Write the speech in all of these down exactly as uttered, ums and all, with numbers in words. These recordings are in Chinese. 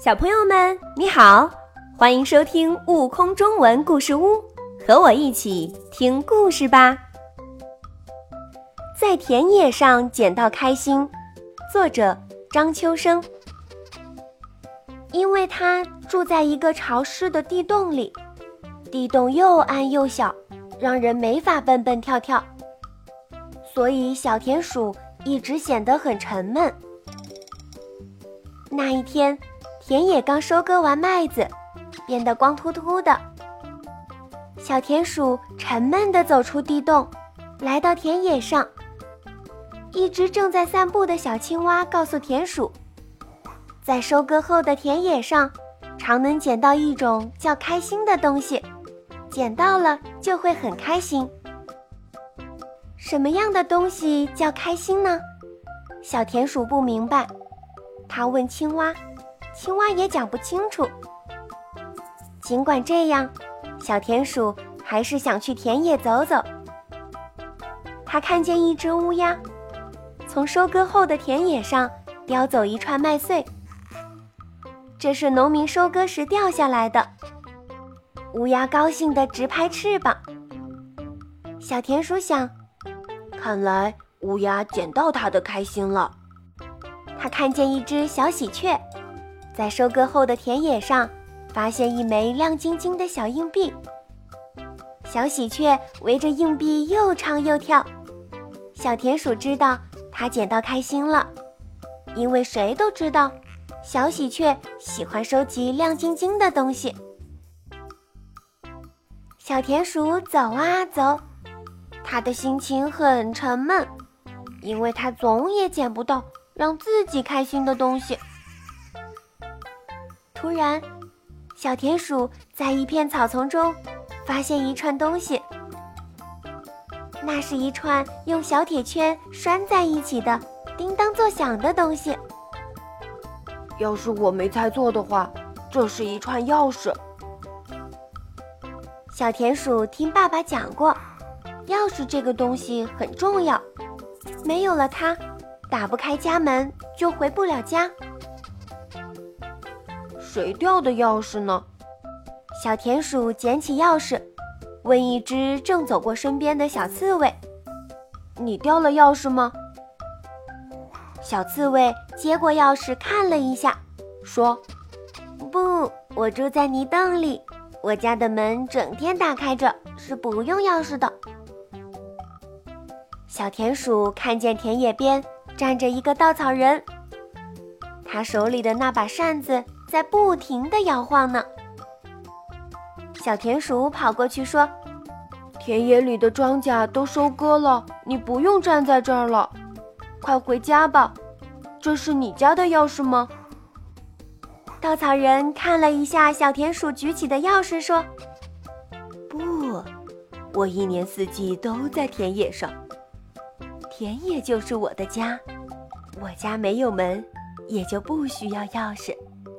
小朋友们你好，欢迎收听悟空中文故事屋，和我一起听故事吧。在田野上捡到开心，作者张秋生。因为他住在一个潮湿的地洞里，地洞又暗又小，让人没法蹦蹦跳跳，所以小田鼠一直显得很沉闷。那一天，田野刚收割完麦子，变得光秃秃的。小田鼠沉闷地走出地洞，来到田野上。一只正在散步的小青蛙告诉田鼠，在收割后的田野上，常能捡到一种叫开心的东西，捡到了就会很开心。什么样的东西叫开心呢？小田鼠不明白，他问青蛙，青蛙也讲不清楚。尽管这样，小田鼠还是想去田野走走。他看见一只乌鸦从收割后的田野上叼走一串麦穗，这是农民收割时掉下来的。乌鸦高兴地直拍翅膀。小田鼠想，看来乌鸦捡到它的开心了。他看见一只小喜鹊在收割后的田野上发现一枚亮晶晶的小硬币，小喜鹊围着硬币又唱又跳。小田鼠知道它捡到开心了，因为谁都知道小喜鹊喜欢收集亮晶晶的东西。小田鼠走啊走，它的心情很沉闷，因为它总也捡不到让自己开心的东西。突然，小田鼠在一片草丛中发现一串东西，那是一串用小铁圈拴在一起的叮当作响的东西。 要是我没猜错的话，这是一串钥匙。 小田鼠听爸爸讲过，钥匙这个东西很重要，没有了它，打不开家门就回不了家。 谁掉的钥匙呢？ 小田鼠捡起钥匙，问一只正走过身边的小刺猬， 你掉了钥匙吗？ 小刺猬接过钥匙看了一下，说，不，我住在泥洞里，我家的门整天打开着，是不用钥匙的。小田鼠看见田野边站着一个稻草人，他手里的那把扇子在不停地摇晃呢。小田鼠跑过去说， 田野里的庄稼都收割了，你不用站在这儿了，快回家吧。这是你家的钥匙吗？ 稻草人看了一下小田鼠举起的钥匙说， 不，我一年四季都在田野上，田野就是我的家，我家没有门，也就不需要钥匙。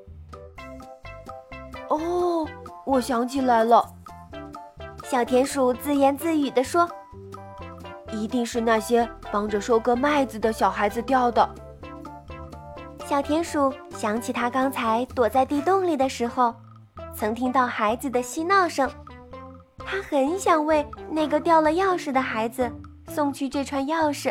哦，我想起来了， 小田鼠自言自语地说， 一定是那些帮着收割麦子的小孩子掉的。 小田鼠想起他刚才躲在地洞里的时候，曾听到孩子的嬉闹声，他很想为那个掉了钥匙的孩子送去这串钥匙。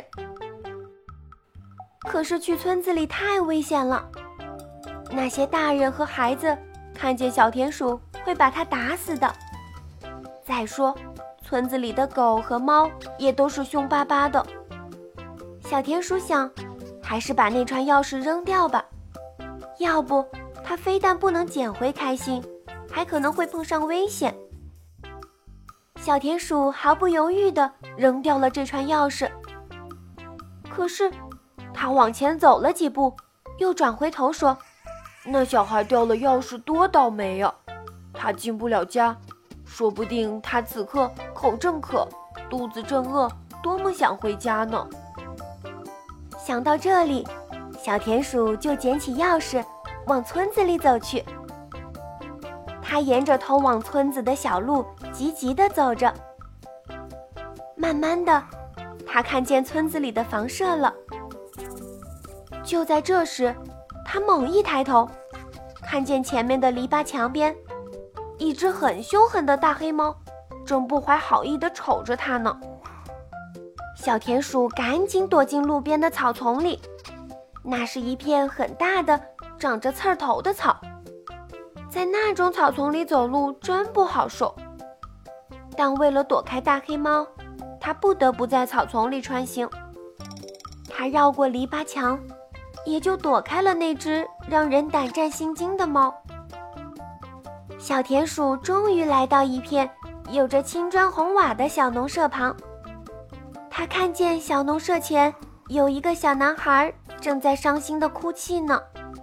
可是去村子里太危险了，那些大人和孩子看见小田鼠会把它打死的。再说，村子里的狗和猫也都是凶巴巴的。小田鼠想，还是把那串钥匙扔掉吧，要不它非但不能捡回开心，还可能会碰上危险。小田鼠毫不犹豫地扔掉了这串钥匙。可是它往前走了几步，又转回头说， 那小孩掉了钥匙多倒霉呀，他进不了家，说不定他此刻口正渴，肚子正饿，多么想回家呢。 想到这里，小田鼠就捡起钥匙往村子里走去。它沿着通往村子的小路急急地走着。慢慢的，它看见村子里的房舍了。就在这时，它猛一抬头， 看见前面的篱笆墙边，一只很凶狠的大黑猫正不怀好意地瞅着它呢。小田鼠赶紧躲进路边的草丛里，那是一片很大的长着刺儿头的草，在那种草丛里走路真不好受。但为了躲开大黑猫，它不得不在草丛里穿行。它绕过篱笆墙，也就躲开了那只让人胆战心惊的猫。小田鼠终于来到一片有着青砖红瓦的小农舍旁，它看见小农舍前有一个小男孩正在伤心地哭泣呢。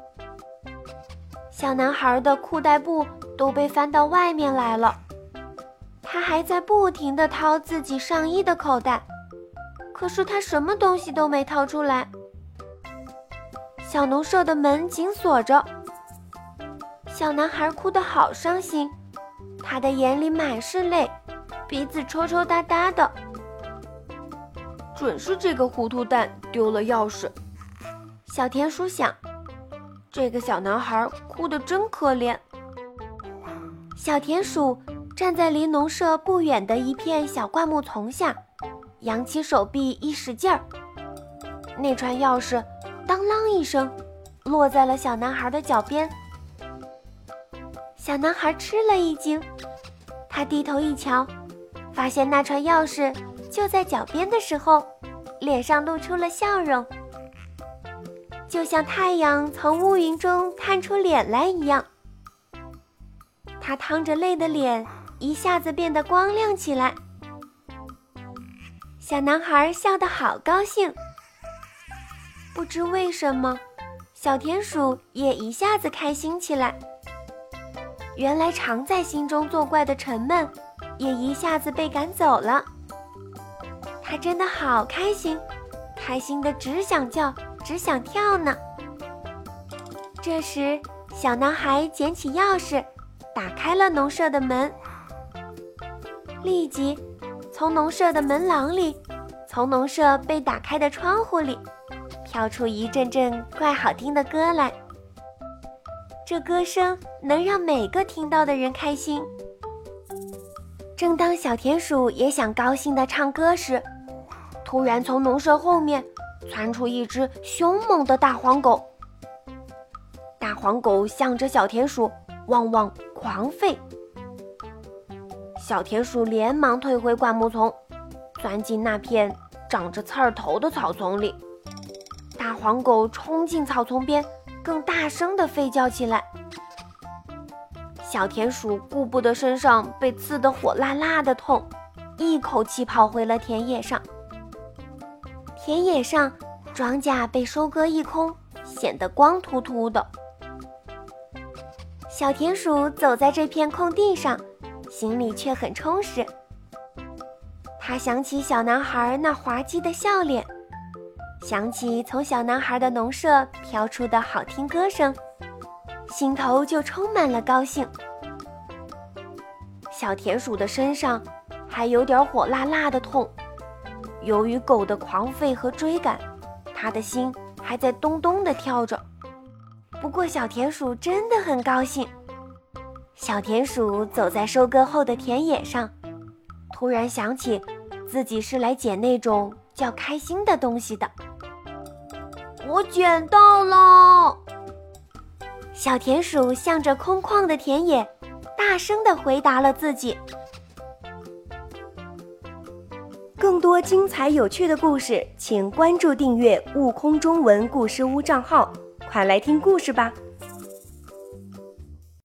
小男孩的裤带布都被翻到外面来了，他还在不停地掏自己上衣的口袋，可是他什么东西都没掏出来。小农舍的门紧锁着，小男孩哭得好伤心，他的眼里满是泪，鼻子抽抽搭搭的。 准是这个糊涂蛋丢了钥匙。 小田鼠想，这个小男孩哭得真可怜。小田鼠站在离农舍不远的一片小灌木丛下，扬起手臂一使劲儿，那串钥匙当啷一声落在了小男孩的脚边。小男孩吃了一惊，他低头一瞧，发现那串钥匙就在脚边的时候，脸上露出了笑容，就像太阳从乌云中探出脸来一样。他淌着泪的脸一下子变得光亮起来。小男孩笑得好高兴，不知为什么，小田鼠也一下子开心起来。原来常在心中作怪的沉闷也一下子被赶走了。他真的好开心，开心的只想叫只想跳呢。这时小男孩捡起钥匙打开了农舍的门，立即从农舍的门廊里，从农舍被打开的窗户里飘出一阵阵怪好听的歌来。这歌声能让每个听到的人开心。正当小田鼠也想高兴地唱歌时，突然从农舍后面窜出一只凶猛的大黄狗。大黄狗向着小田鼠汪汪狂吠。小田鼠连忙退回灌木丛，钻进那片长着刺儿头的草丛里。大黄狗冲进草丛边，更大声地吠叫起来。小田鼠顾不得身上被刺得火辣辣的痛，一口气跑回了田野上。田野上，庄稼被收割一空，显得光秃秃的。小田鼠走在这片空地上，心里却很充实。他想起小男孩那滑稽的笑脸，想起从小男孩的农舍飘出的好听歌声，心头就充满了高兴。小田鼠的身上还有点火辣辣的痛，由于狗的狂吠和追赶，他的心还在咚咚地跳着。不过小田鼠真的很高兴。小田鼠走在收割后的田野上，突然想起自己是来捡那种叫开心的东西的。 我捡到了！ 小田鼠向着空旷的田野大声地回答了自己。 更多精彩有趣的故事，请关注订阅悟空中文故事屋账号，快来听故事吧。